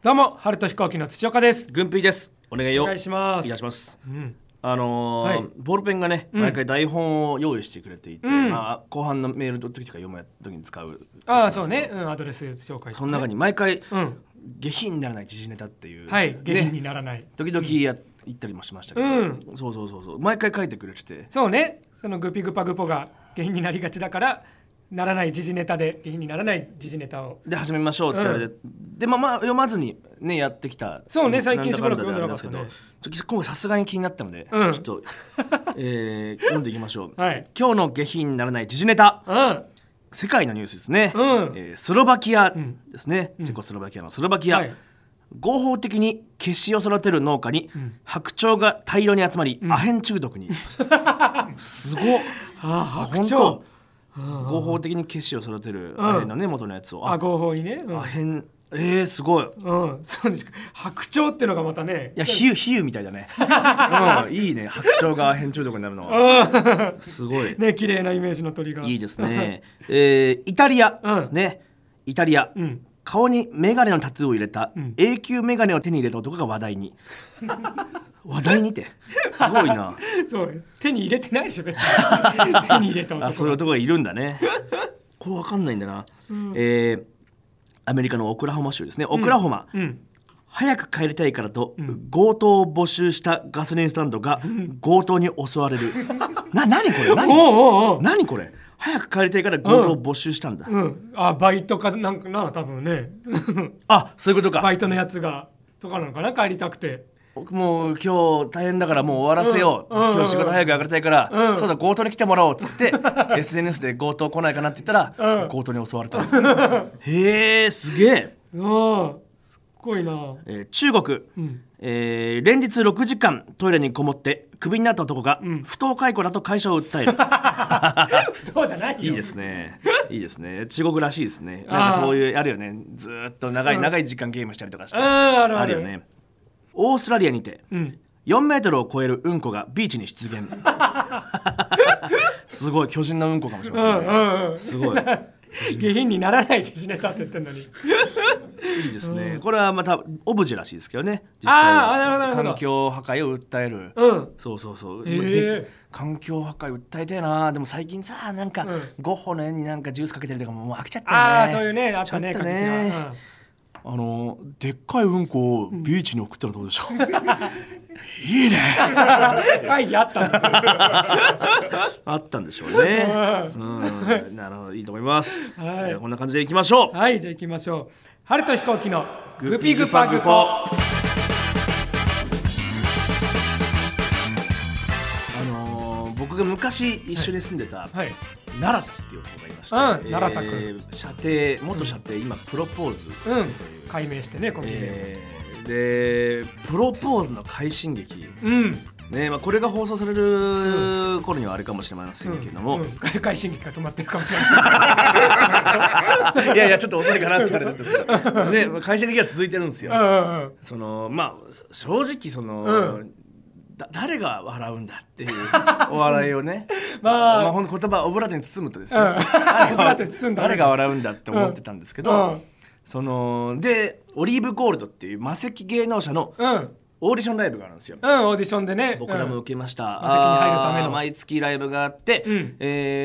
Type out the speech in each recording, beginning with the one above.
どうも、春と飛行機の土岡です。 軍備です。お願いよ。 お願いします。 いたします。 はい、 ボールペンがね、毎回台本を用意してくれていて、後半のメールの時とか読む時に使う。 そうね、アドレス紹介して、ね。 その中に毎回、下品にならない時事ネタっていう、 はい、下品にならない。 時々言ったりもしましたけど、そう毎回書いてくれてて。 そうね、そのグピグパグポが下品になりがちだから。ならない時事ネタで下品にならない時事ネタをで始めましょうって言われて、でまあ読まずにねやってきた。 そうね、最近しばらく読んでなかったね。 今回さすがに気になったので、ちょっと、読んでいきましょう。今日の下品にならない時事ネタ、世界のニュースですね。スロバキアですね、チェコスロバキアのスロバキア、合法的にケシを育てる農家に白鳥が大量に集まり、アヘン中毒に。すごっ。 白鳥合法的にケシを育てるアヘンのね、元のやつを合法にね、 アヘンすごい。 そうですか。白鳥ってのがまたね、 いや比喩みたいだね。いいね、白鳥がアヘン中毒になるのはすごいね、綺麗なイメージの鳥がいいですね。イタリアですね。イタリア、顔にメガネのタトゥーを入れた永久メガネを手に入れた男が話題に。話題にってすごいな。 そう手に入れてないでしょ別に。手に入れた男。 そういう男がいるんだね。これ分かんないんだな。アメリカのオクラホマ州ですね。オクラホマ、早く帰りたいからと、強盗を募集したガソリンスタンドが強盗に襲われる。何これ何これ。早く帰りたいから強盗を募集したんだ。 バイトかなんかな、多分ね。 そういうことか。 バイトのやつがとかなのかな、帰りたくて。 もう今日大変だからもう終わらせよう、今日仕事早く上がりたいから、そうだ強盗に来てもらおうっつって、SNS で強盗来ないかなって言ったら、強盗に襲われた。へえ、すげえ。 すごいな。 中国、連日6時間トイレにこもってクビになった男が不当解雇だと会社を訴える。 不当じゃないよ。 いいですね、いいですね。中国らしいですね。なんかそういうあるよね。ずっと長い時間ゲームしたりとかして、あるよね。オーストラリアにて4メートルを超えるうんこがビーチに出現。すごい巨人のうんこかもしれませんね。すごい下品にならない時事ネタって言ってんのに。いいですね。これはまたオブジェらしいですけどね。実際は環境破壊を訴える。そうで環境破壊訴えたいな。でも最近さ、なんかゴッホの絵になんかジュースかけてるとかもう飽きちゃったよね。 そういうね、あったね。 でっかいうんこをビーチに送ったらどうでしょう。いいね。 会議あったんだ。 あったんでしょうね。なるほど、いいと思います。じゃあこんな感じでいきましょう。 はい、じゃあいきましょう。春と飛行機のグピグパグポ。 僕が昔一緒に住んでた奈良田っていう男がいました。 奈良田君、 元射程、今プロポーズという改名してね、このでプロポーズの快進撃、これが放送される頃にはあれかもしれませんけれども、 快進撃が止まってるかもしれない。 いやちょっと遅いかなって言われたんですけど、快進撃が続いてるんですよ。正直誰が笑うんだっていうお笑いをね、ほんと言葉オブラートに包むとですよ、誰が笑うんだって思ってたんですけど、でオリーブゴールドっていう魔石芸能者のオーディションライブがあるんですよ。 オーディションでね、 僕らも受けました。 魔石に入るための毎月ライブがあって、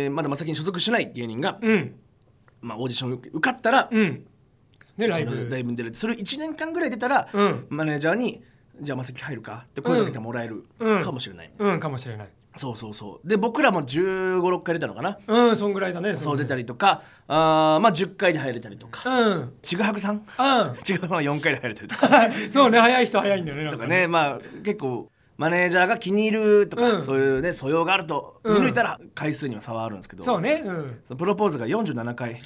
まだ魔石に所属してない芸人がオーディション受かったらライブに出る。それ1年間ぐらい出たらマネージャーにじゃあ魔石入るかって声かけてもらえるかもしれない。 かもしれない。 そうで僕らも15、16回出たのかな。 そんぐらいだね。 そう出たりとか、10回で入れたりとか、ちぐはぐさんは4回で入れたりとか。 そうね、早い人早いんだよね。 とかね、結構マネージャーが気に入るとか、そういうね素養があると見抜いたら回数には差はあるんですけど、 そうね、 プロポーズが47回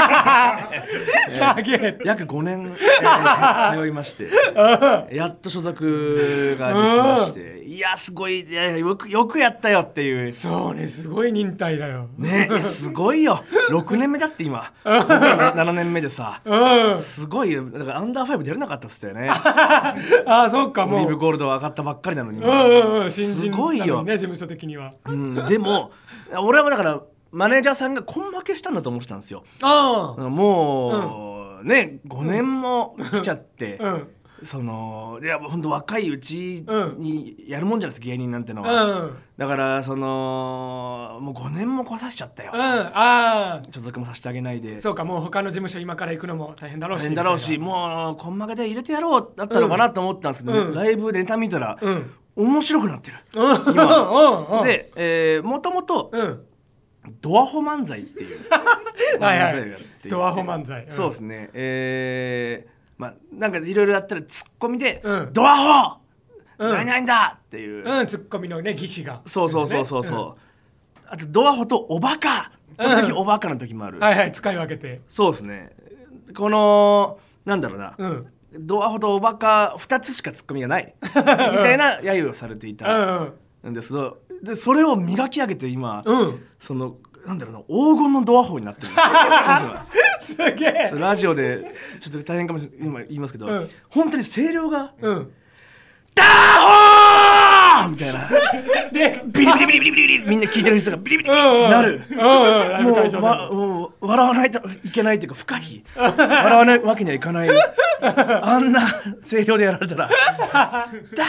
約5年通いまして、やっと所属ができまして、いやすごい、よくやったよっていう。 そうね、すごい忍耐だよね。すごいよ。6年目だって今。7年目でさ、すごいよ。だからアンダー5出れなかったっつったよね。 そうか。もうオリーブゴールド上がったばっかりなのに。 新人すごいよね、事務所的には。 でも俺はだからマネージャーさんが根負けしたんだと思ってたんですよ。もうね5年も来ちゃって、 うん、 いや本当若いうちにやるもんじゃないですか、芸人なんてのは、だからもう5年も来させちゃったよ、所属もさせてあげないで、 そうか、もう他の事務所今から行くのも大変だろうしもうこんまけで入れてやろうだったのかなと思ったんですけど、ライブネタ見たら、面白くなってる、今で、もともとドアホ漫才っていう漫才がドアホ漫才、 そうですね、なんかいろいろやったらツッコミで、ドアホ何々だっていう、 ツッコミのね技師が、 そう、あとドアホとおバカ、時々おバカの時もある、 使い分けて、 そうですね、このなんだろうな、ドアホとおバカ2つしかツッコミがないみたいな揶揄をされていたんですけど、でそれを磨き上げて今、なんだろうな、黄金のドアホになってるすげえ、 ラジオでちょっと大変かもしれない今言いますけど、本当に声量が、ダーホーみたいなでビリビリビリビリビリみんな聞いてる人がビリビリビリってなる、もう笑わないといけないというか不可避、笑わないわけにはいかない、あんな声量でやられたらダー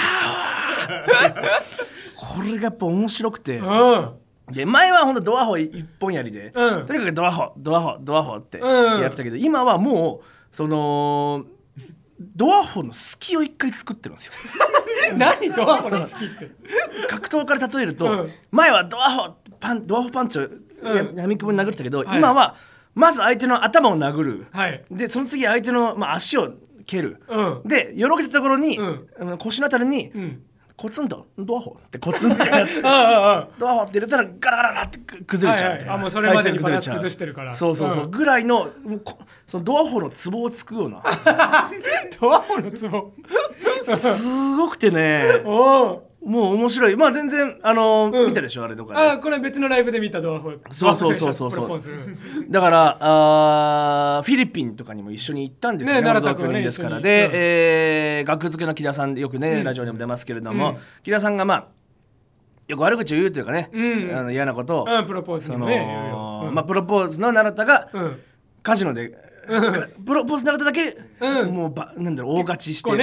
ホーこれがやっぱ面白くて、で前はほんとドアホ一本やりで、とにかくドアホってやってたけど、今はもうドアホの隙を一回作ってるんですよ何ドアホの隙って格闘から例えると、前はドアホパンチを闇雲に殴ってたけど、今はまず相手の頭を殴る、でその次相手の、足を蹴る、でよろけたところに、腰のあたりに、コツンとドアホってコツンってやってドアホって入れたらガラガラガラって崩れちゃうみたいな、 もうそれまでにバランス崩してるから、 そうぐらいのそのドアホのツボをつくようなドアホのツボすごくてねもう面白い。全然見たでしょあれとか、 これ別のライブで見たドアホ、 そうだからフィリピンとかにも一緒に行ったんですよね、奈良田君ですから。で、学付けの木田さんでよくね、ラジオにも出ますけれども、木田さんがよく悪口を言うというかね、嫌なことを、 プロポーズのね、 プロポーズの奈良田がカジノでプロポーズ奈良田だけもうなんだろう大勝ちして、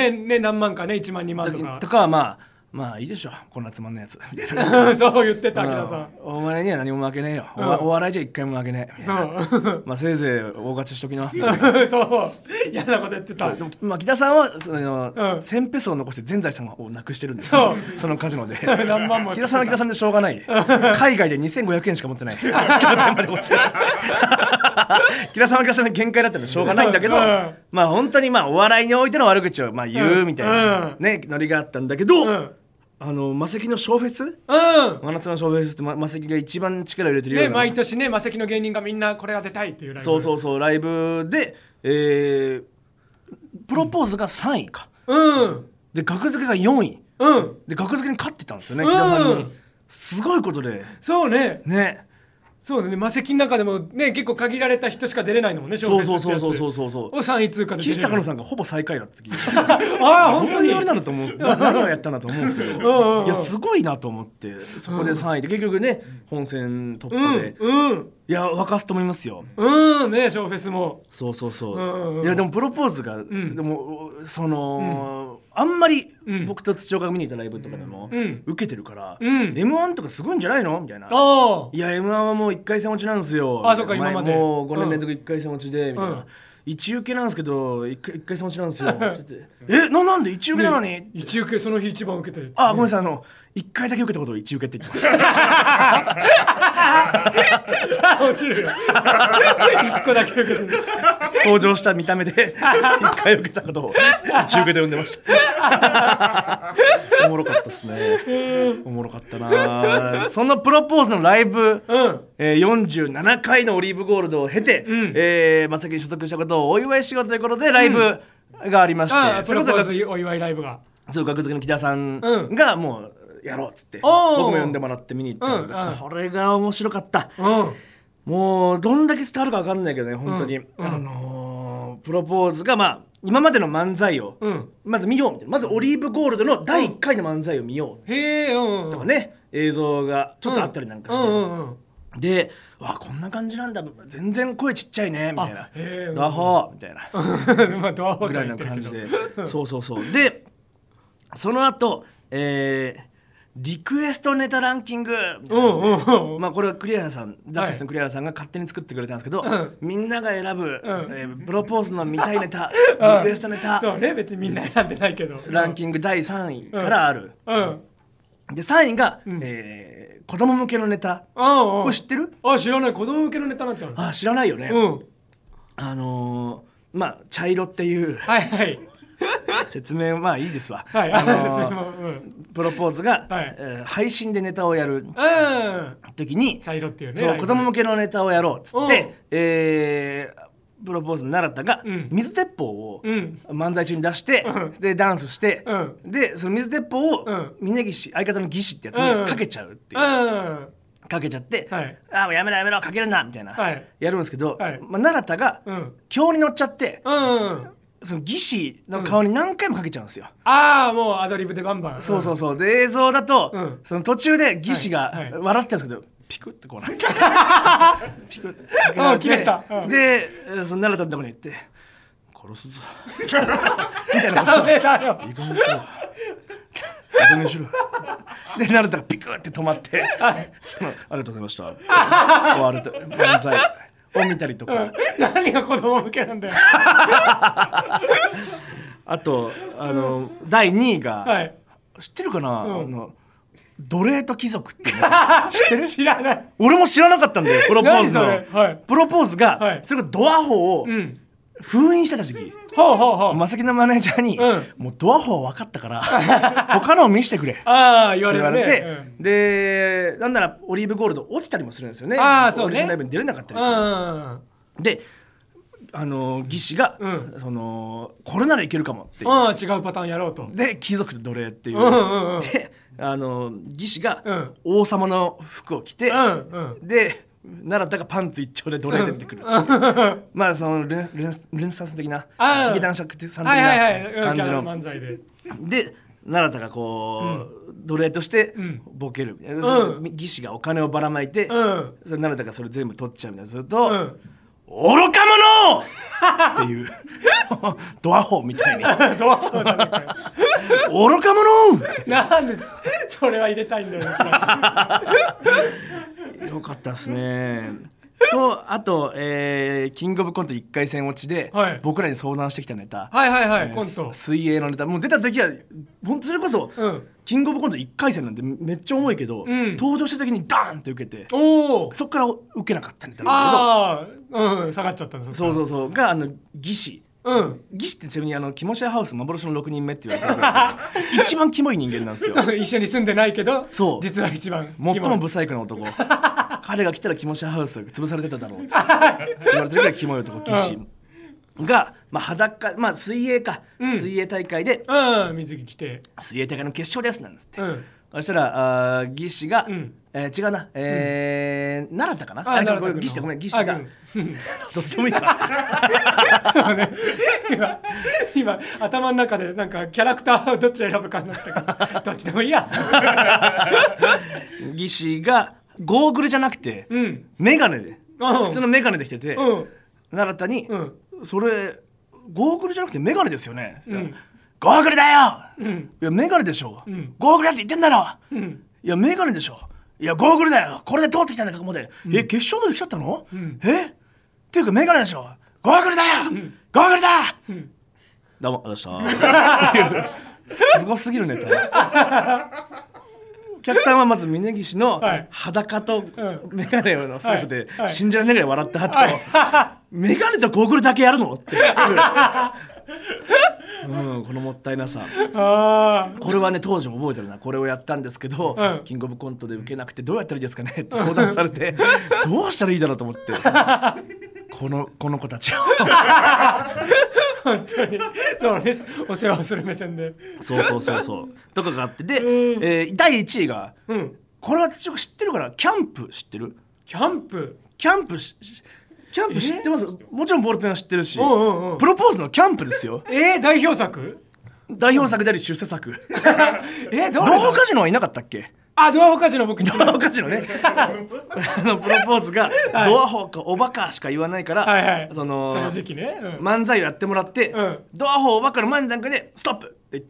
何万かね、1万2万とかはまあいいでしょ、こんなつまんないやつみたいなそう言ってた木田さん、 お前には何も負けねえよ、お笑いじゃ一回も負けねえ、そうせいぜい大勝ちしときなそう嫌なこと言ってた。 木田さんは1000ペソを残して全財産をなくしてるんですよ、そのカジノで何万も木田さんは木田さんでしょうがない海外で2500円しか持ってない状態まで落ちてる木田さんは木田さんで限界だったのでしょうがないんだけど、本当にお笑いにおいての悪口を言うみたいなノリがあったんだけど、マセキのショーフェス、真夏のショーフェスってマセキが一番力を入れてるような、 毎年ねマセキの芸人がみんなこれが出たいっていうライブ、 そうライブで、プロポーズが3位か、で格付けが4位、で格付けに勝ってたんですよね、木田さんに。すごいことで、 そうねそうだね、マセキの中でもね結構限られた人しか出れないのもね、 そう 3位通過で岸高野さんがほぼ最下位だって聞いて本当にあれなんだと思う何をやったんだと思うんですけどいやすごいなと思って、そこで3位で結局ね本戦突破で、いや沸かすと思いますよ、 ショーフェスもいやでもプロポーズが、でもあんまり僕と土岡が見に行ったライブとかでも受けてるから、M1 とかすごいんじゃないのみたいな、いや M1 はもう1回戦落ちなんですよ、 そうか今までもう5年連続1回戦落ちでみたいな、一受けなんですけど1回戦落ちなんですよなんで一受けなのに、 一受けその日一番受けてる、 ごめんなさい、1回だけ受けたことを一受けって言ってます落ちるよ1個だけ受けてる登場した見た目で1回受けたことを一受けで呼んでましたおもろかったですね、おもろかったな。そのプロポーズのライブ、47回のオリーブゴールドを経て、マセキに所属したことをお祝いしようということでライブがありまして、 プロポーズお祝いライブが、 学付けの木田さんがもうやろうっつって、僕も呼んでもらって見に行ったんですけど、これが面白かった、もうどんだけ伝わるか分かんないけどね本当に、プロポーズが今までの漫才をまず見ようみたいな、まずオリーブゴールドの第1回の漫才を見ようとかね、映像がちょっとあったりなんかして、 でこんな感じなんだ、全然声ちっちゃいねみたいな、ドアホーみたいなまあドアホーぐらいの感じでそうでその後リクエストネタランキングみたいな感じで、まあこれは栗原さん、ザ・チェスの栗原さんが勝手に作ってくれたんですけど、みんなが選ぶ、プロポーズの見たいネタ、リクエストネタ、 そうね、別にみんな選んでないけどランキング第3位からある、で3位が、子供向けのネタ。これ知ってる？ 知らない。子供向けのネタなんてある？ 知らないよね。まあ茶色っていうはいはい説明まあいいですわ。 はい、説明も、 プロポーズが、配信でネタをやる時に、 茶色っていうね、 そう子供向けのネタをやろうっつって、プロポーズの奈良田が水鉄砲を漫才中に出して、でダンスして、でその水鉄砲を峯岸、相方の岸ってやつにかけちゃうっていう、かけちゃって、もうやめろやめろかけるなみたいな、やるんですけど、奈良田が強に乗っちゃって、その義士の顔に何回もかけちゃうんですよ。 もうアドリブでバンバン。 そうで映像だと、その途中で義士が笑ってたんですけど、ピクってこうなんかピクってかけられて、でその奈良田のとこに行って殺すぞみたいなことをいいかもしれないいかにしろで奈良田がピクって止まってありがとうございました終わると漫才を見たりとか、 何が子供向けなんだよあと第2位が、知ってるかな、奴隷と貴族っていうの知ってる？ 知らない。 俺も知らなかったんだよ。プロポーズの、プロポーズが、それがドアホを封印してた時期、マセキのマネージャーに、もうドアホは分かったから他のを見せてくれ言われて、でなんならオリーブゴールド落ちたりもするんですよね。オーディションライブに出れなかったりする。で義士が、これならいけるかもっていう、 違うパターンやろうと。 で貴族と奴隷っていう、で義士が王様の服を着て、で奈良田がパンツ一丁で奴隷で出てくるまあそのルネサンス的な劇団尺さん的な感じの漫才で奈良田がこう、奴隷としてボケるみたいな、義士がお金をばらまいて、奈良田がそれ全部取っちゃうみたいなすると、愚か者っていうドアホみたいにドアホだね愚か者なんでそれは入れたいんだよねよかったですねとあと、キングオブコント1回戦落ちで、僕らに相談してきたネタ、 コント水泳のネタ、もう出た時は本当それこそ、キングオブコント1回戦なんてめっちゃ重いけど、登場した時にダーンって受けて、そっから受けなかったネタなんだけど、下がっちゃったんです。 そうが義士義士ってちなみにキモシェハウス幻の6人目って言われてる一番キモい人間なんですよ。 一緒に住んでないけど実は一番最もブサイクな男彼が来たらキモシェハウス潰されてただろうって言われてるぐらいキモい男義士が、裸、水泳か、水泳大会で水着着て水泳大会の決勝ですなんつって、そしたら義士が、違うな、奈良田かな、義士ってごめん、義士がどっちでもいいか今頭の中でなんかキャラクターをどっち選ぶかになったからどっちでもいいや義士がゴーグルじゃなくて、メガネで普通のメガネで来てて、奈良田に、それゴーグルじゃなくてメガネですよね、ゴーグルだよ、いやメガネでしょ、ゴーグルだって言ってんだろ、いやメガネでしょ、いやゴーグルだよ、これで通ってきたんだからここまで、決勝まで来ちゃったの、っていうかメガネでしょ、ゴーグルだよ、ゴーグルだ、どうもありがとうございましたすごすぎるネタお客さんはまず峯岸の裸とメガネのセルフで信じられないぐらい笑った後、メガネとゴーグルだけやるのってこのもったいなさこれはね当時も覚えてるな、これをやったんですけど、キングオブコントで受けなくてどうやったらいいですかねって相談されてどうしたらいいだろうと思ってこの子たちを本当にそうね、お世話をする目線でそうとかがあってで、第1位が、これ私知ってるから、キャンプ知ってる？ キャンプ知ってます？もちろんボールペンは知ってるし、プロポーズのキャンプですよ。 代表作であり出世作どうカジノはいなかったっけ？ あ、ドアホカジノ僕にドアホカジノねプロポーズがドアホかおバカしか言わないから、 はいはい、 その時期ね、 漫才をやってもらって、ドアホおバカの前の段階でストップって言って、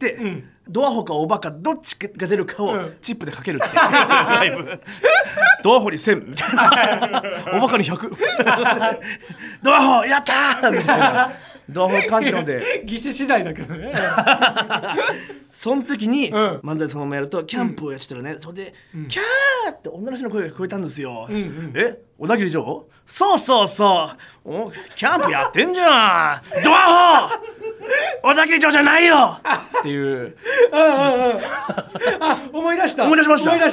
ドアホかおバカどっちが出るかをチップでかけるってライブドアホに1000みたいなおバカに100ドアホやったーみたいなドアホカジノで技師次第だけどねその時に漫才そのままやるとキャンプをやってたらね、それでキャーって女の人の声が聞こえたんですよ。え、小田切城？そうそうそうおキャンプやってんじゃんドアホ小田切城じゃないよっていう思い出した思い出しました思い出した、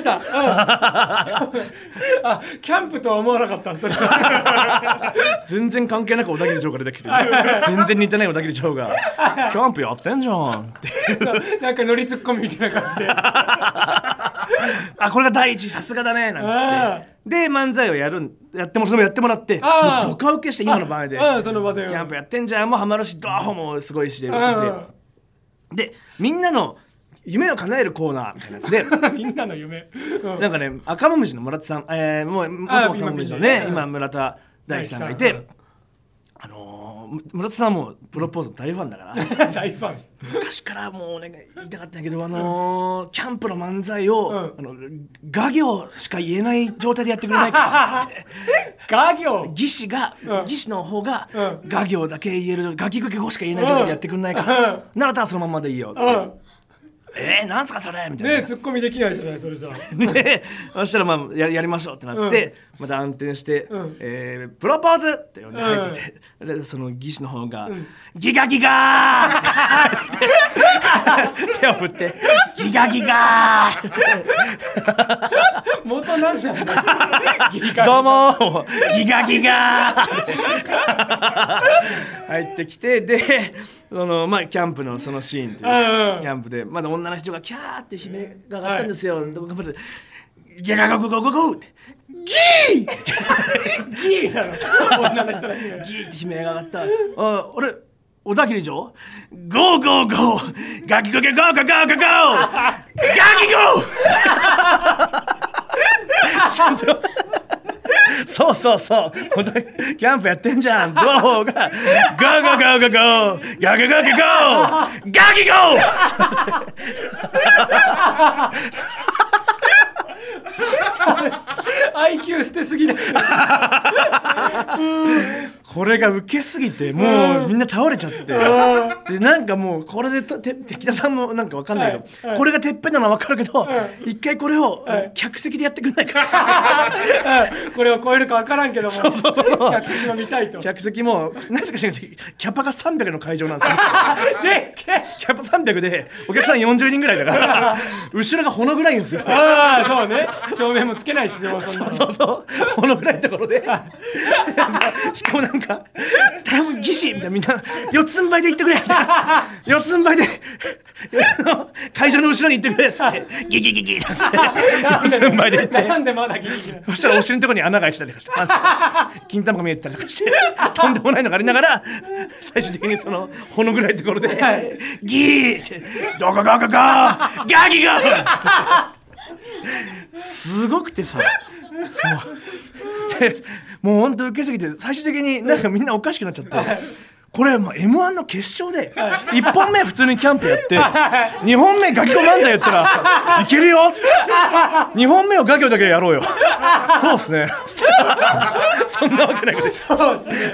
あ、キャンプとは思わなかったそれ全然関係なく小田切城が出てきて全然似てない小田切城がキャンプやってんじゃんってなんかノリツッコミみたいな感じであ、これが第一さすがだねなんつってで漫才をやってもらってもうドカ受けして今の場合でその場でキャンプやってんじゃんもハマるしドアホもすごいしででみんなの夢を叶えるコーナーみたいなやつでみんなの夢、 なんかね赤もみじの村田さん、もう元赤もみじのね今村田大樹さんがいて、村田さんはもうプロポーズの大ファンだから大ファン昔からもうね言いたかったんだけどキャンプの漫才を、画行しか言えない状態でやってくれないかって画行技師の方が、画行だけ言えるガキグキ語しか言えない状態でやってくれないか、ならたらそのままでいいよって、なんすかそれみたいなね、ツッコミできないじゃないそれじゃでそしたらまあ やりましょうってなって、また暗転して、プロポーズって呼んで入ってて、でその技師の方が、ギガギガー手を振ってギガギガー元なんだどうもギガギガー入ってきて、でまあ、キャンプのそのシーンというキャンプでまだ女の人がキャーって悲鳴が上がったんですよ、で僕まずギャガガゴゴゴゴってギーギーなの女の人のギーって悲鳴が上がった。俺小田切城ゴーゴーゴーガキゴケゴーゴーゴーゴーゴーガキゴーそうそうそうキャンプやってんじゃんドアホがゴーゴーゴーゴーゴーガキゴーゴーゴーガキゴー IQ 捨てすぎだこれがウケすぎてもうみんな倒れちゃってでなんかもうこれで敵田さんもなんか分かんないけど、これがてっぺんなのは分かるけど、一回これを客席でやってくんないかこれを超えるか分からんけども客席も見たいと。 客席も何とかしなくてキャパが300の会場なんですよでキャパ300でお客さん40人ぐらいだから後ろがほの暗いんですよ。 ああそうね、照明もつけないしそんなそうほの暗いところでしかもなんか頼む技師みたいなみんな四つん這いで行ってくれ四つん這いで会場の後ろに行ってくれっつってギギギギなんつって四つん這いで行ってなんでまだギギギそしたらお尻のところに穴が開いてたりとかして金玉が見えてたりとかしてとんでもないのがありながら最終的にそのほの暗いところでギーってドコゴコゴーガギゴーすごくてさもうほんと受けすぎて最終的になんかみんなおかしくなっちゃってこれもう M1 の決勝で1本目普通にキャンプやって2本目ガキゴ漫才やったらいけるよっつって2本目をガキゴだけやろうよそうっすねそんなわけないけどそうっすね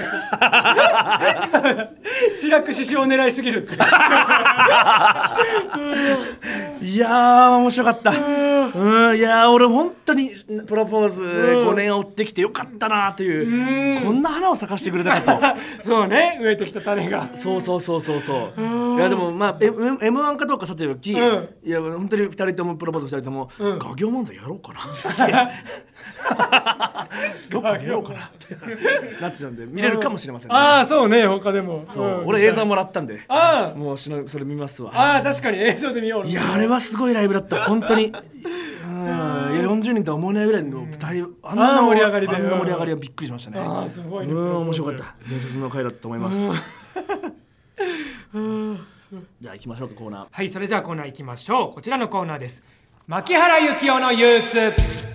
志らく師匠を狙いすぎるっていやー面白かった。いやー俺本当にプロポーズ5年追ってきてよかったなという、こんな花を咲かせてくれたかとそうね、植えてきた種がそういやでもまあ M1 かどうかさておき、いや本当に2人ともプロポーズ2人とも画業漫才やろうかなどっかでやろうかなってなってたんで見れるかもしれませんね。 ああそうね、他でも俺映像もらったんでもうそれ見ますわ。 ああ確かに映像で見よう。 いやあれはすごいライブだった本当に。いや40人とは思えないぐらいのあんな盛り上がりはびっくりしましたね。 ああすごいね。 面白かった。伝説の回だったと思います。じゃあ行きましょうかコーナー。 はい、それじゃあコーナー行きましょう。こちらのコーナーです。 牧原幸雄の憂鬱。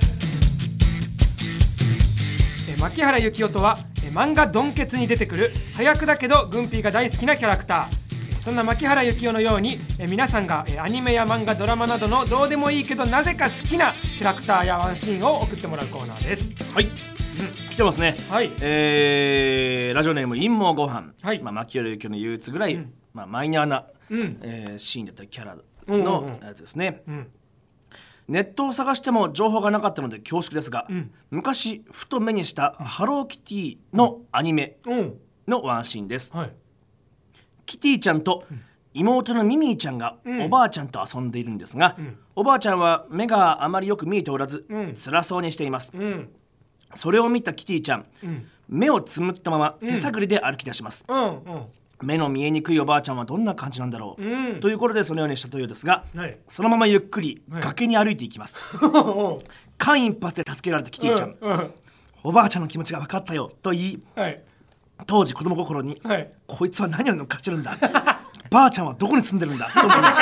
牧原幸雄とは漫画ドンケツに出てくる早くだけどグンピーが大好きなキャラクター。そんな牧原幸雄のように皆さんがアニメや漫画ドラマなどのどうでもいいけどなぜか好きなキャラクターやワンシーンを送ってもらうコーナーです。 はい、来てますね。はい、ラジオネーム陰謀ごはん。はい、牧原幸雄の憂鬱ぐらい、マイナーな、シーンだったりキャラのやつですね。ネットを探しても情報がなかったので恐縮ですが、昔ふと目にしたハローキティのアニメのワンシーンです。キティちゃんと妹のミミィちゃんがおばあちゃんと遊んでいるんですが、おばあちゃんは目があまりよく見えておらず、辛そうにしています。それを見たキティちゃん、目をつむったまま手探りで歩き出します。目の見えにくいおばあちゃんはどんな感じなんだろう、ということでそのようにしたというですが、そのままゆっくり崖に歩いていきます。間一髪で助けられたキティちゃん、おばあちゃんの気持ちが分かったよと言い、当時子供心に、こいつは何を乗っかってるんだばあちゃんはどこに住んでるんだと思いました。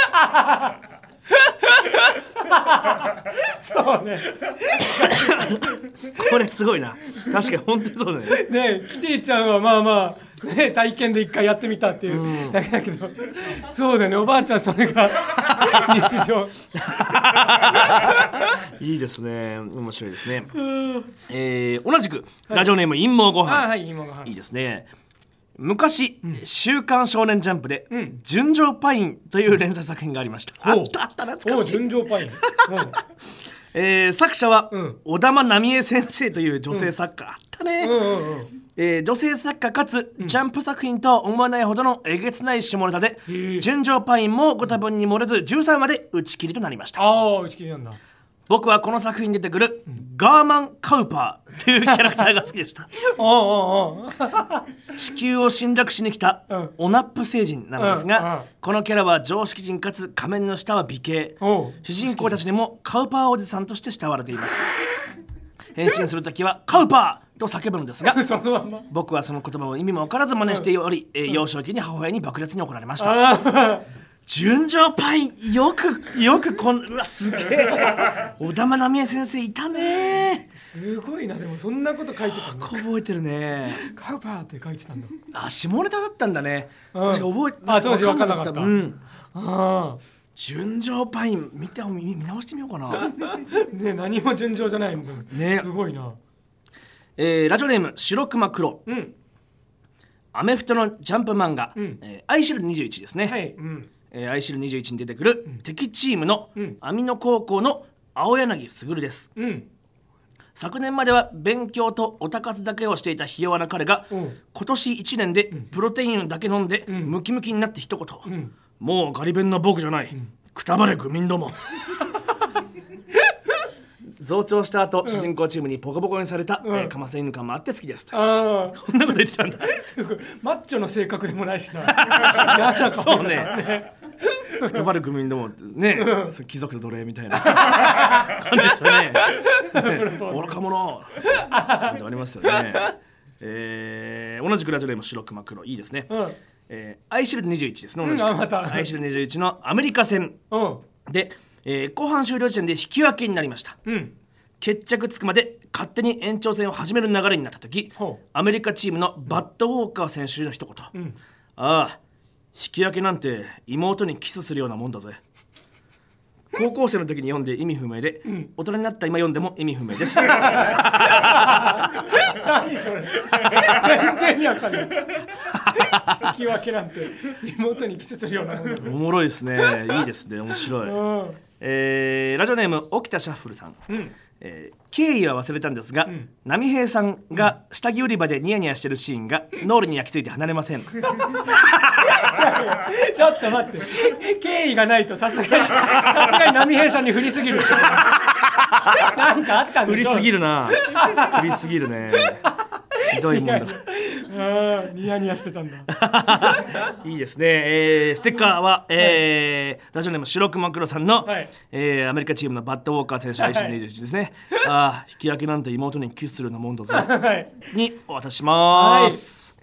そうねこれすごいな。確かに本当にそうだね。 ねえキティちゃんはまあまあ、ね、体験で一回やってみたっていうだけだけど、そうだよね、おばあちゃんそれが日常いいですね、面白いですね。同じくラジオネーム陰謀ごはん。いいですね。昔、週刊少年ジャンプで、純情パインという連載作品がありました。あった懐かしい。 純情パイン、作者は、小玉奈美恵先生という女性作家、あったね。女性作家かつ、ジャンプ作品とは思わないほどのえげつない下ネタで、純情パインもご多分に漏れず13話で打ち切りとなりました。 打ち切りなんだ。 僕はこの作品に出てくるガーマン・カウパーというキャラクターが好きでした。地球を侵略しに来たオナップ星人なのですが、このキャラは常識人かつ仮面の下は美形。主人公たちにもカウパーおじさんとして慕われています。変身するときはカウパーと叫ぶのですが僕はその言葉を意味も分からず真似しており、幼少期に母親に爆裂に怒られました。純情パインよくこんうわすげえ小玉奈美恵先生いたね。 すごいな。でもそんなこと書いてたんだ。 覚えてるね。 カウパーって書いてたんだ。 下ネタだったんだね。確か覚えて当時分からなかった。 純情パイン見直してみようかな。 ね、何も純情じゃないんだね。すごいな。 ラジオネーム白熊黒。アメフトのジャンプ漫画、アイシル21ですね。アイシル21に出てくる、敵チームの網野高校の青柳卓です。昨年までは勉強とオタ活だけをしていたひ弱な彼が、今年1年でプロテインだけ飲んで、ムキムキになって一言、もうガリ弁の僕じゃない、くたばれ愚民ども。増長した後、主人公チームにボコボコにされた、かませ犬感もあって好きですと。こんなこと言ってたんだ。 マッチョの性格でもないしな。 そうね。くたばる愚民どもね、貴族の奴隷みたいな感じですよね。愚か者感じありますよね。同じくラジオネーム白熊黒、いいですね。アイシルド21ですね。同じくアイシルド21のアメリカ戦で、後半終了時点で引き分けになりました。決着つくまで勝手に延長戦を始める流れになった時、アメリカチームのバッドウォーカー選手の一言、ああ引き分けなんて妹にキスするようなもんだぜ。高校生の時に読んで意味不明で、大人になった今読んでも意味不明です。何それ全然わかんない。引き分けなんて妹にキスするようなもんだぜ。 おもろいですね。いいですね、面白い。ラジオネーム沖田シャッフルさん。経緯は忘れたんですが、波平さんが下着売り場でニヤニヤしてるシーンが脳裏に焼き付いて離れません。ちょっと待って、経緯がないとさすがに波平さんに振りすぎる。なんかあったんでしょ。 振りすぎるな。振りすぎるね。ひどいもんだ。 ニヤニヤしてたんだ。 いいですね。ステッカーは、ラジオネーム白熊黒さんの、アメリカチームのバッドウォーカー選手 IC21 ですね。引き分けなんて妹にキスするようなもんだぞ、にお渡しします。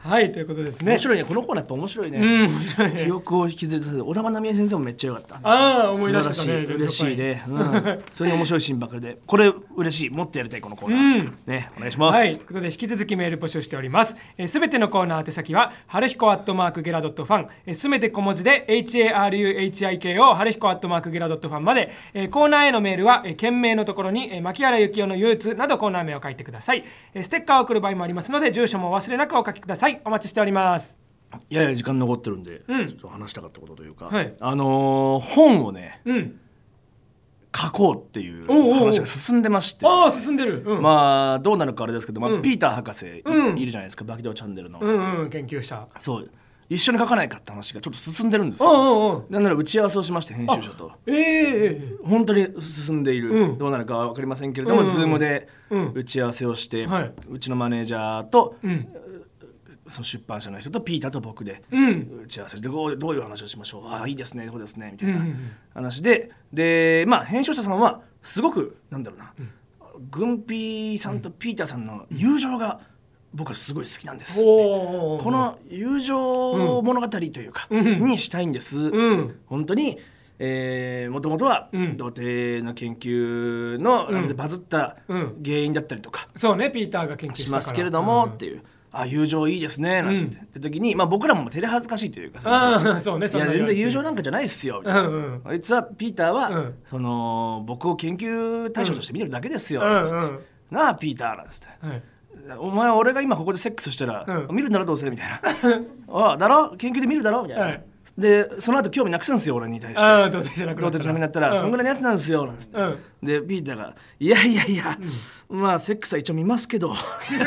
はいということですね。 面白いね、このコーナーやっぱ面白いね。面白いね。記憶を引きずり出させる小田真奈美恵先生もめっちゃ良かった。 ああ思い出したね。 嬉しいね。それに面白いシーンばかりで、これ嬉しい、もっとやりたいこのコーナー。ね、お願いします。 はい、ということで引き続きメール募集しております。すべてのコーナー宛先ははるひこ@gera.fun、すべて小文字で HARUHIKO はるひこ@gera.fun まで、コーナーへのメールは件名のところに牧原幸雄の憂鬱などコーナー名を書いてください。ステッカーを送る場合もありますので住所もお忘れなくお書きください。お待ちしております。 いやいや時間残ってるんで、ちょっと話したかったことというか、本をね、書こうっていう話が進んでまして、 進んでる、 まあどうなるかあれですけど、ピーター博士いるじゃないですか、バキドーチャンネルの、 研究者。 そう一緒に書かないかって話がちょっと進んでるんですよ。なんなら打ち合わせをしまして、編集者と本当に進んでいる、どうなるかは分かりませんけれども、ズームで打ち合わせをして、うちのマネージャーと、その出版社の人とピーターと僕で打ち合わせで、どういう話をしましょう、いいですね、そうですねみたいな話で、まあ編集者さんはすごくなんだろうな、軍ピーさんとピーターさんの友情が僕はすごい好きなんです。この友情物語というか、にしたいんです。本当にもともとは童貞の研究のバズった原因だったりとか、 そうね、ピーターが研究したからしますけれどもっていう、友情いいですねなんて言って時に、僕らも照れ恥ずかしいというか、 そうね、 いや全然友情なんかじゃないっすよみたいな、あいつはピーターはその僕を研究対象として見てるだけですよつって、なあピーターなんつって、お前俺が今ここでセックスしたら、見るんだろどうせみたいなだろ研究で見るだろみたいな、でその後興味なくすんですよ俺に対して。 童貞じゃなくなったら、そんぐらいのやつなんですよなんつって、でピーターがいや、まあセックスは一応見ますけど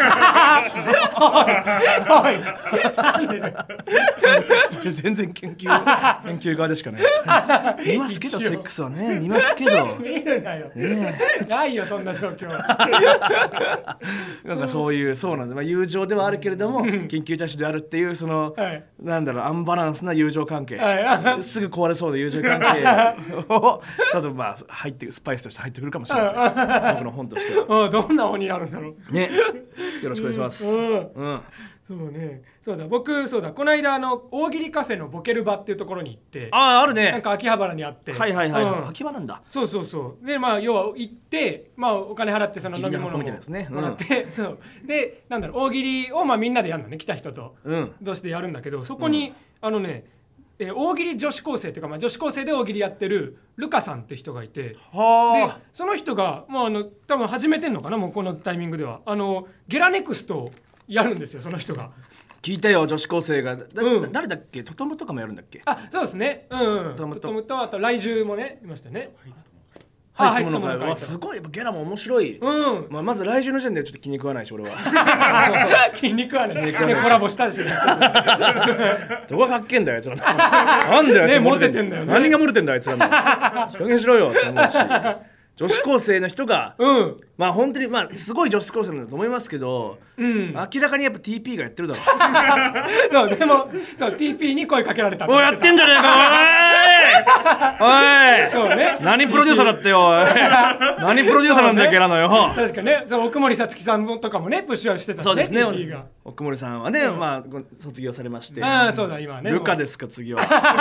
全然研究側でしかない見ますけどセックスはね見ますけど見るなよ、ないよそんな状況なんかそうなんです、友情ではあるけれども研究対象であるっていうその、なんだろう、アンバランスな友情関係、すぐ壊れそうな友情関係をちょっと入ってスパイスとして入ってくるかもしれません僕の本としては。 どんな本になるんだろうね、よろしくお願いします。 そうね、そうだ僕そうだこの間大喜利カフェのボケる場っていうところに行って、 あるね、 なんか秋葉原にあって、 秋葉なんだ。 そうで要は行ってお金払ってその飲み物をもらって、そうでなんだろう、大喜利をみんなでやるのね、来た人とどうしてやるんだけど、そこに大喜利女子高生っていうか、女子高生で大喜利やってるルカさんって人がいて、でその人が多分始めてんのかな、もうこのタイミングではゲラネクストをやるんですよ、その人が。 聞いたよ、女子高生が誰だっけ、トトムとかもやるんだっけ。 そうですね、トトムとあと来週もねいましたね。 すごい、やっぱゲラも面白い。まず来週の時点でちょっと気に食わないし俺は気に食わないコラボしたしどこがかっけんだよあいつらなんだよあいつら、 モテてんだよね、 何がモテてんだあいつらの加減しろよって思うし、女子高生の人が本当にすごい女子高生なんだと思いますけど、明らかにやっぱ TP がやってるだろそうでもTP に声かけられた。 やってんじゃねえかおいそうね、何プロデューサーだってよ何プロデューサーなんだよゲラのよ。 確かね、奥森さつきさんとかもねプッシュしてたしね。 そうですね、奥森さんはね卒業されまして、 そうだ今ねルカですか次は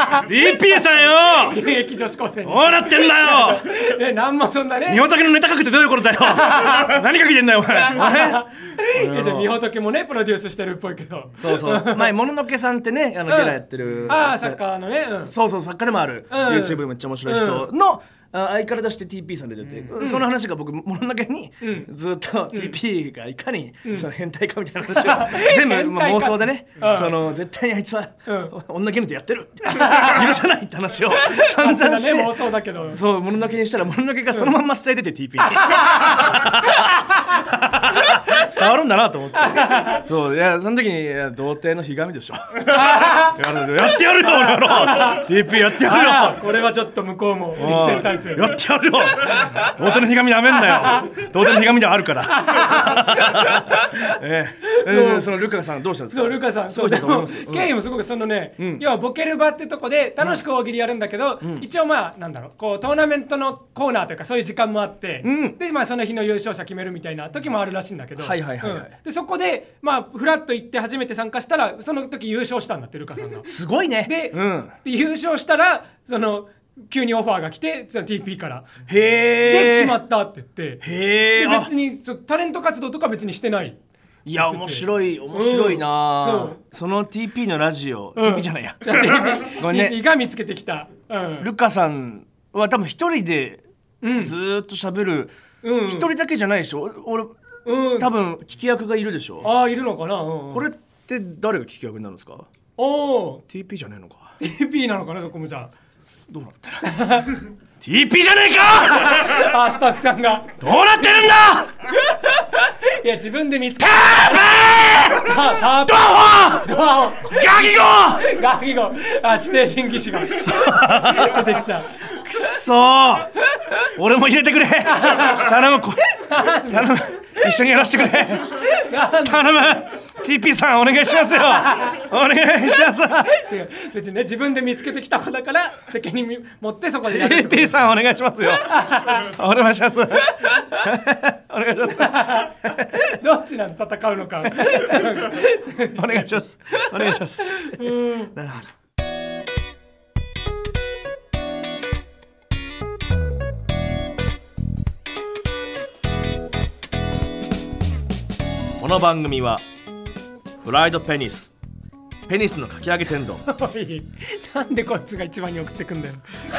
TP さんよ現役女子高生にどうなってんだよなんもそんなね、 みほとけのネタ書くってどういうことだよ何書けてんだよお前じゃみほとけもねプロデュースしてるっぽいけど、 そう前もののけさんってねゲラやってるサッカーのね、 そう作家でもある YouTube めっちゃ面白い人の相方として TP さんで出て、その話が僕もののけにずっと TP がいかにその変態かみたいな話を全部妄想でね、絶対にあいつは女芸人とやってる許さないって話を散々して妄想だけど、 そうもののけにしたらもののけがそのまんま伝えてて TP に伝わるんだなと思って、そういやその時に童貞のひがみでしょやってやるよ俺の TP やってやるよ。 これはちょっと向こうもセンターですよ。 やってやるよ。童貞のひがみなめんなよ。童貞のひがみではあるから。そのルカさんどうしたんですか。 そうルカさんそうでも経緯もすごくそのね、要はボケる場ってとこで楽しく大喜利やるんだけど、一応まあなんだろうこうトーナメントのコーナーというかそういう時間もあって、でまあその日の優勝者決めるみたいな時もあるらしいんだけど、でそこでまあフラッと行って初めて参加したらその時優勝したんだってルカさんが。 すごいね。 で優勝したらその急にオファーが来てその TP からで決まったって言って、で別にタレント活動とか別にしてない。 いや面白いな、その TP のラジオ、TP じゃないやごめんね TP が見つけてきた、 ルカさんは多分一人でずっと喋る、一人だけじゃないでしょ。俺、多分聞き役がいるでしょ。 ああいるのかな、 これって誰が聞き役になるんですか。TP じゃねえのか。 TP なのかな。そこもじゃあどうなったらTP じゃねえかあスタッフさんがどうなってるんだいや自分で見つけたドアガギゴ地底審議士が出てきた。 くそー俺も入れてくれ頼む一緒にやらせてくれ頼むTP さんお願いしますよお願いします別にね自分で見つけてきた子だから責任持ってそこでやる TP さんお願いしますよお願いしますお願いしますどっちなんで戦うのかお願いしますお願いしますなるほど。この番組はフライドペニスのかき揚げ天丼なんでこいつが一番に送ってくんだよ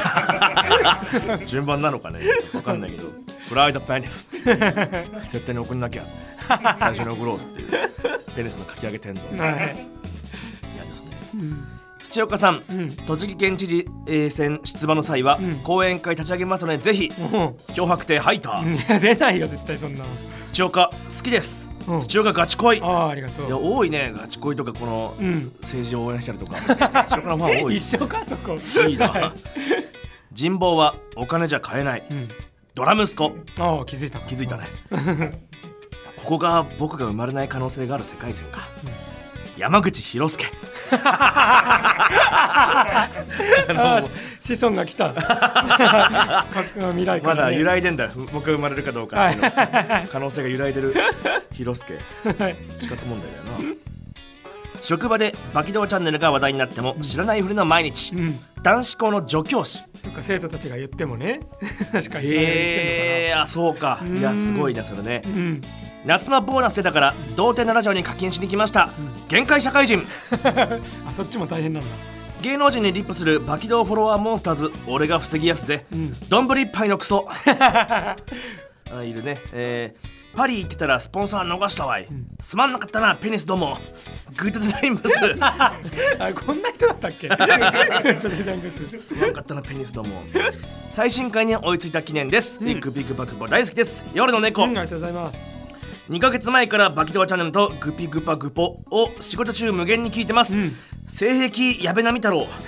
順番なのかね分かんないけどフライドペニス絶対に送んなきゃ最初に送ろうっていうペニスのかき揚げ天丼、嫌ですね、土岡さん、栃木県知事選出馬の際は、講演会立ち上げますのでぜひ、漂白亭ハイター、 いや出ないよ絶対そんな。 土岡好きです、土岡ガチ恋。 ありがとう。 いや多いねガチ恋とかこの、政治を応援したりとか土岡のファン多い。 一緒かそこいいな人望はお金じゃ買えない、ドラ息子。 気づいたねここが僕が生まれない可能性がある世界線か、山口博介子孫が来た未来から、 まだ揺らいでんだ僕が生まれるかどうかっていうの可能性が揺らいでる博介死活問題だよな職場でバキドーチャンネルが話題になっても知らないふりの毎日、男子校の助教師。 そっか生徒たちが言ってもね確かにそうか、いやすごいねそれね、夏のボーナス出たから童貞のラジオに課金しに来ました、限界社会人そっちも大変なんだ。 芸能人にリップするバキドーフォロワーモンスターズ俺が防ぎやすぜ、どんぶり一杯のクソいるね、パリ行ってたらスポンサー逃したわい、すまんなかったなペニスどもグッドデザインブスこんな人だったっけグッドデザインブスすまんかったなペニスども最新回に追いついた記念です、ビッグビッグバクボ大好きです。夜の猫、 ありがとうございます。 2ヶ月前からバキドワチャンネルとグピグパグポを仕事中無限に聞いてます、性癖やべなみ太郎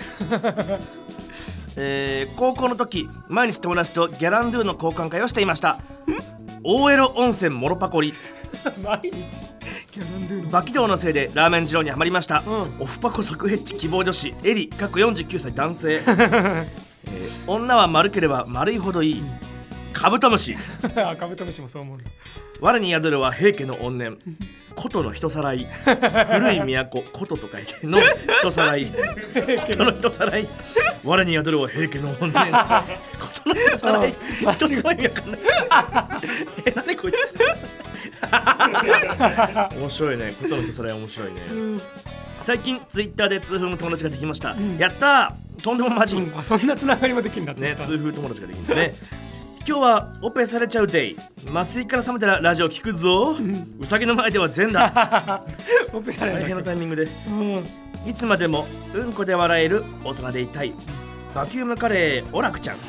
高校の時毎日友達とギャランドゥの交換会をしていました。大江戸温泉モロパコリ毎日ギャランドゥのバキドウのせいでラーメン二郎にはまりました、オフパコ即ヘッチ希望女子エリ49歳男性、女は丸ければ丸いほどいい、カブトムシカブトムシもそう思う。 我に宿るは平家の怨念、古都の人さらい、古い都古都と書いての人さらい、古都の人さらい、我に宿るは平家の怨念、古都の人さらい、人さらいわかんない何こいつ面白いね、古都の人さらい面白いね、最近ツイッターで通風の友達ができました、やったーとんでもマジ、 そんなつながりもできるんだね、通風友達ができるんだね今日はオペされちゃうデイ、麻酔から覚めたらラジオ聞くぞ、うさぎの前では全裸オペされ大変なタイミングで、いつまでもうんこで笑える大人でいたい、バキュームカレーオラクちゃん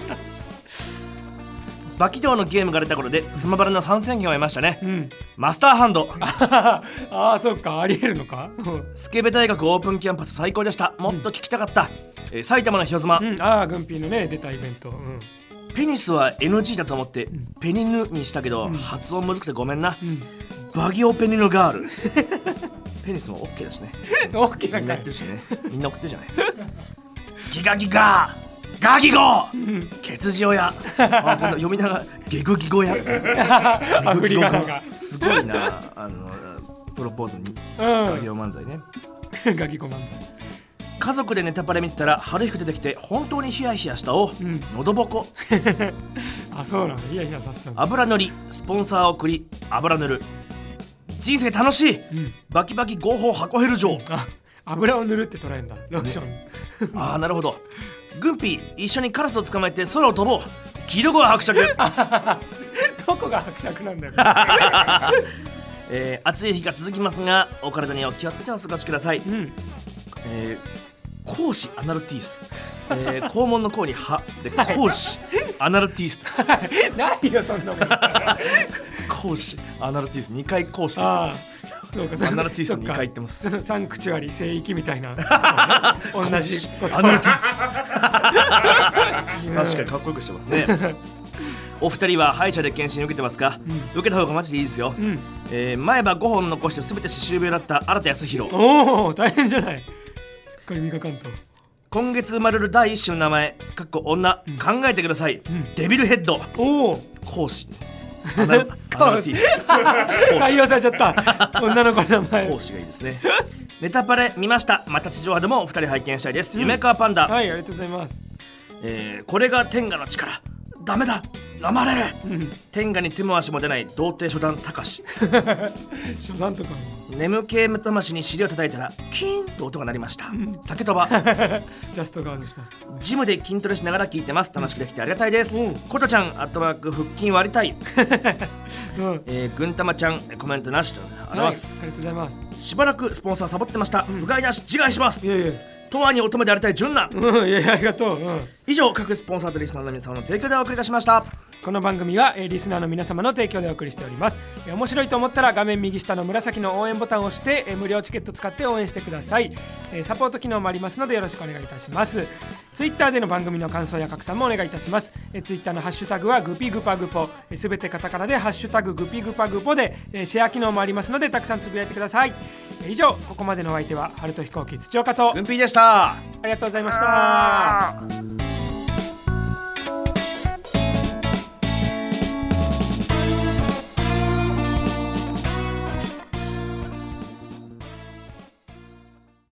バキドウのゲームが出た頃でスマブラの参戦権を得ましたね、マスターハンドそうか、ありえるのかスケベ大学オープンキャンパス最高でした、もっと聞きたかった、埼玉の人妻、 グンピーのね出たイベント、 ペニスは NG だと思ってペニヌにしたけど、発音むずくてごめんな、バギオペニヌガールペニスも OK だしね。 OK だみんな言ってるしね。みんな送ってるじゃない。ギガギガガギゴ、ケツジオや読みながらゲグギゴやアフリカがすごいな。プロポーズにガギオ漫才ね。 ガギゴ漫才。 家族でネタパレ見てたら春彦出てきて本当にヒヤヒヤしたお、喉ぼこあ、そうなの。ヒヤヒヤさせちゃう。 油塗りスポンサー送り油塗る人生楽しい、バキバキ合法箱ヘル城。 油を塗るって捉えるんだ、ローション、 ああなるほど。グンピー一緒にカラスを捕まえて空を飛ぼう。キルゴは伯爵どこが伯爵なんだよ暑い日が続きますがお体には気をつけてお過ごしください。講師アナルティース、肛門の肛に歯で講師アナルティースないよそんなもん講師アナルティース2回講師って言ってます。 そうか、 アナルティース2回言ってます。 サンクチュアリ聖域みたいな同じことアナルティース確かにかっこよくしてますねお二人は歯医者で検診受けてますか？受けた方がマジでいいですよ。前歯5本残して全て歯周病だった新田康弘。 おお大変じゃない。しっかり磨かんと。 今月生まれる第一子の名前かっこ女、考えてください。デビルヘッド。 おお講師アナルティース採用されちゃった女の子の名前。 講師がいいですね。ネタパレ見ました。また地上波でもお二人拝見したいです。夢川パンダ。 はい、ありがとうございます。 これが天下の力。ダメだなまれる、天下に手も足も出ない童貞初段高し初段とか眠気目覚ましに尻を叩いたらキーンと音が鳴りました。酒とばジャストガードした。 ジムで筋トレしながら聞いてます。楽しくできてありがたいです。ことちゃんアットマーク腹筋割りたいぐんたまちゃんコメントなしとあります。 ありがとうございます。 しばらくスポンサーサボってました。不甲斐なし自害します。とわに乙女でありたい純奈。 いやいやありがとう。 以上各スポンサーとリスナーの皆様の提供でお送りいたしました。 この番組はリスナーの皆様の提供でお送りしております。面白いと思ったら画面右下の紫の応援ボタンを押して無料チケット使って応援してください。サポート機能もありますのでよろしくお願いいたします。ツイッターでの番組の感想や拡散もお願いいたします。ツイッターのハッシュタグはグピグパグポ、すべてカタカナでハッシュタググピグパグポでシェア機能もありますのでたくさんつぶやいてください。以上ここまでのお相手は春と飛行機土岡とグンピーでした。 ありがとうございました。